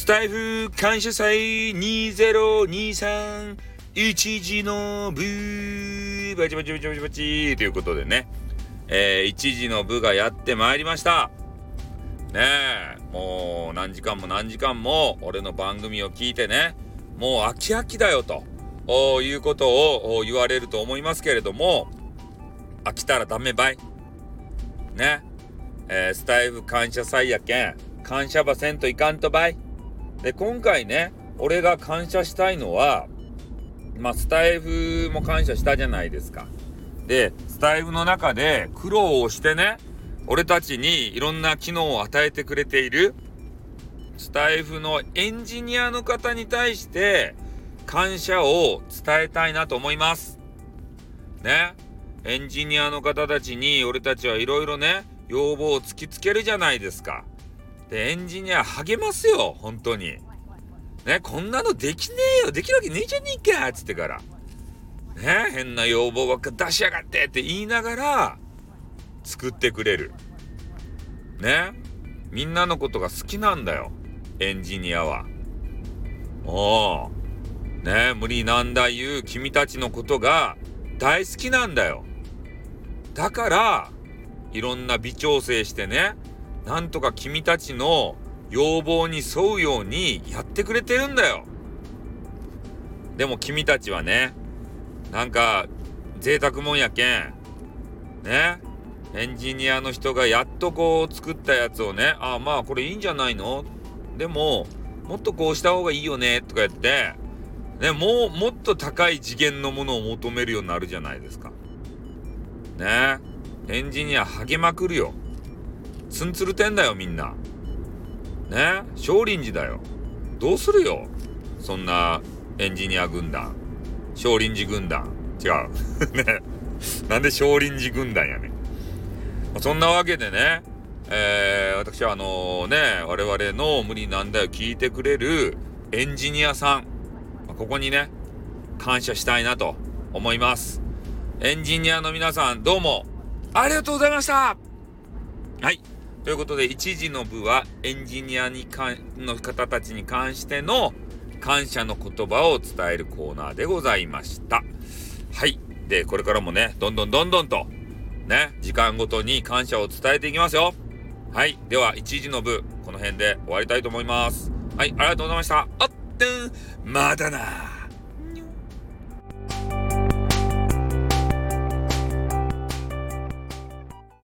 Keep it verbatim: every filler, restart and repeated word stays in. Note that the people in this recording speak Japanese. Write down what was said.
タイフ感謝祭にせんにじゅうさん一時の部バチバチバチバチバチということでね、えー、一時の部がやってまいりましたね。えもう何時間も何時間も俺の番組を聞いてね、もう飽き飽きだよということを言われると思いますけれども、飽きたらダメばいね、えー、スタイフ感謝祭やけん感謝ばせんといかんとばいで、今回ね俺が感謝したいのは、まあスタイフも感謝したじゃないですか。でスタイフの中で苦労をしてね、俺たちにいろんな機能を与えてくれているスタイフのエンジニアの方に対して感謝を伝えたいなと思いますね。エンジニアの方たちに俺たちはいろいろね要望を突きつけるじゃないですか。でエンジニア励ますよ本当にね。こんなのできねえよ、できるわけねえじゃねえかっつってからね、変な要望ばっか出しやがってって言いながら作ってくれるね。みんなのことが好きなんだよエンジニアは。おーね、無理難題言う君たちのことが大好きなんだよ。だからいろんな微調整してね、なんとか君たちの要望に沿うようにやってくれてるんだよ。でも君たちはね、なんか贅沢もんやけんね、エンジニアの人がやっとこう作ったやつをね、ああまあこれいいんじゃないの、でももっとこうした方がいいよねとか言ってね、もうもっと高い次元のものを求めるようになるじゃないですかね。エンジニア励まくるよ。ツンツルてんだよみんなね。少林寺だよ。どうするよそんなエンジニア軍団。少林寺軍団違うね。なんで少林寺軍団やねん。そんなわけでね、えー、私はあのね我々の無理難題を聞いてくれるエンジニアさん、ここにね感謝したいなと思います。エンジニアの皆さんどうもありがとうございました。はい、ということで一時の部はエンジニアにかの方たちに関しての感謝の言葉を伝えるコーナーでございました。はい、でこれからもねどんどんどんどんとね時間ごとに感謝を伝えていきますよ。はい、では一時の部この辺で終わりたいと思います。はい、ありがとうございました。あってんまたな。